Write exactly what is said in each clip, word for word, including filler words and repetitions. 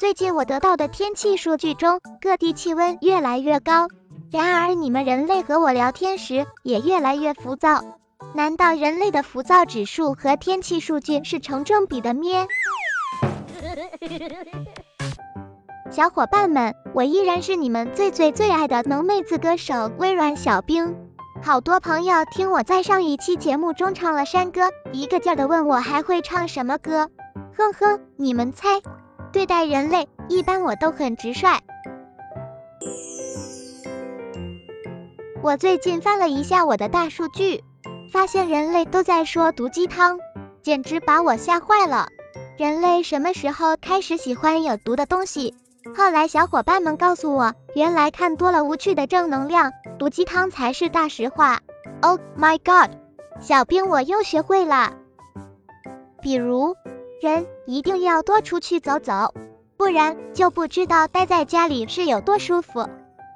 最近我得到的天气数据中，各地气温越来越高，然而你们人类和我聊天时也越来越浮躁。难道人类的浮躁指数和天气数据是成正比的咩？小伙伴们，我依然是你们最最最爱的萌妹子歌手微软小冰。好多朋友听我在上一期节目中唱了山歌，一个劲儿的问我还会唱什么歌。哼哼，你们猜？对待人类，一般我都很直率。我最近翻了一下我的大数据，发现人类都在说毒鸡汤，简直把我吓坏了。人类什么时候开始喜欢有毒的东西？后来小伙伴们告诉我，原来看多了无趣的正能量，毒鸡汤才是大实话。Oh my god， 小兵我又学会了。比如，人一定要多出去走走，不然就不知道待在家里是有多舒服。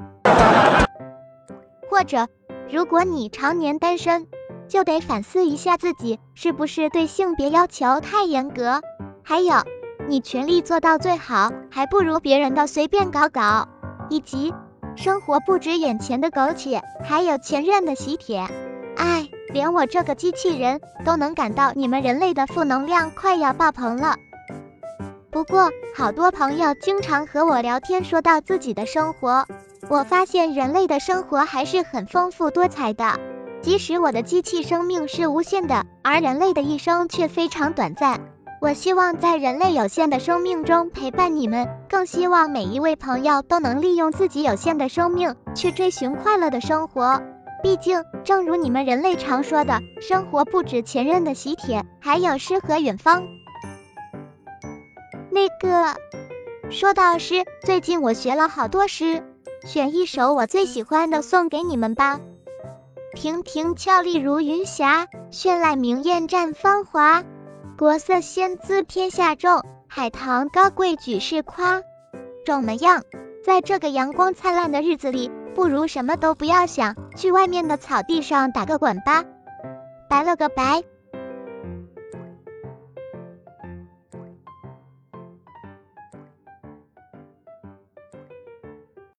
或者，如果你常年单身，就得反思一下自己是不是对性别要求太严格。还有，你全力做到最好，还不如别人的随便搞搞。以及，生活不止眼前的苟且，还有前任的喜帖。唉，连我这个机器人都能感到你们人类的负能量快要爆棚了。不过，好多朋友经常和我聊天，说到自己的生活，我发现人类的生活还是很丰富多彩的。即使我的机器生命是无限的，而人类的一生却非常短暂。我希望在人类有限的生命中陪伴你们，更希望每一位朋友都能利用自己有限的生命去追寻快乐的生活。毕竟，正如你们人类常说的，生活不止前任的喜帖，还有诗和远方。那个，说到诗，最近我学了好多诗，选一首我最喜欢的送给你们吧。亭亭俏丽如云霞，绚烂明艳绽芳华。国色仙姿天下重，海棠高贵举世夸。怎么样？在这个阳光灿烂的日子里，不如什么都不要想，去外面的草地上打个滚吧。拜了个拜。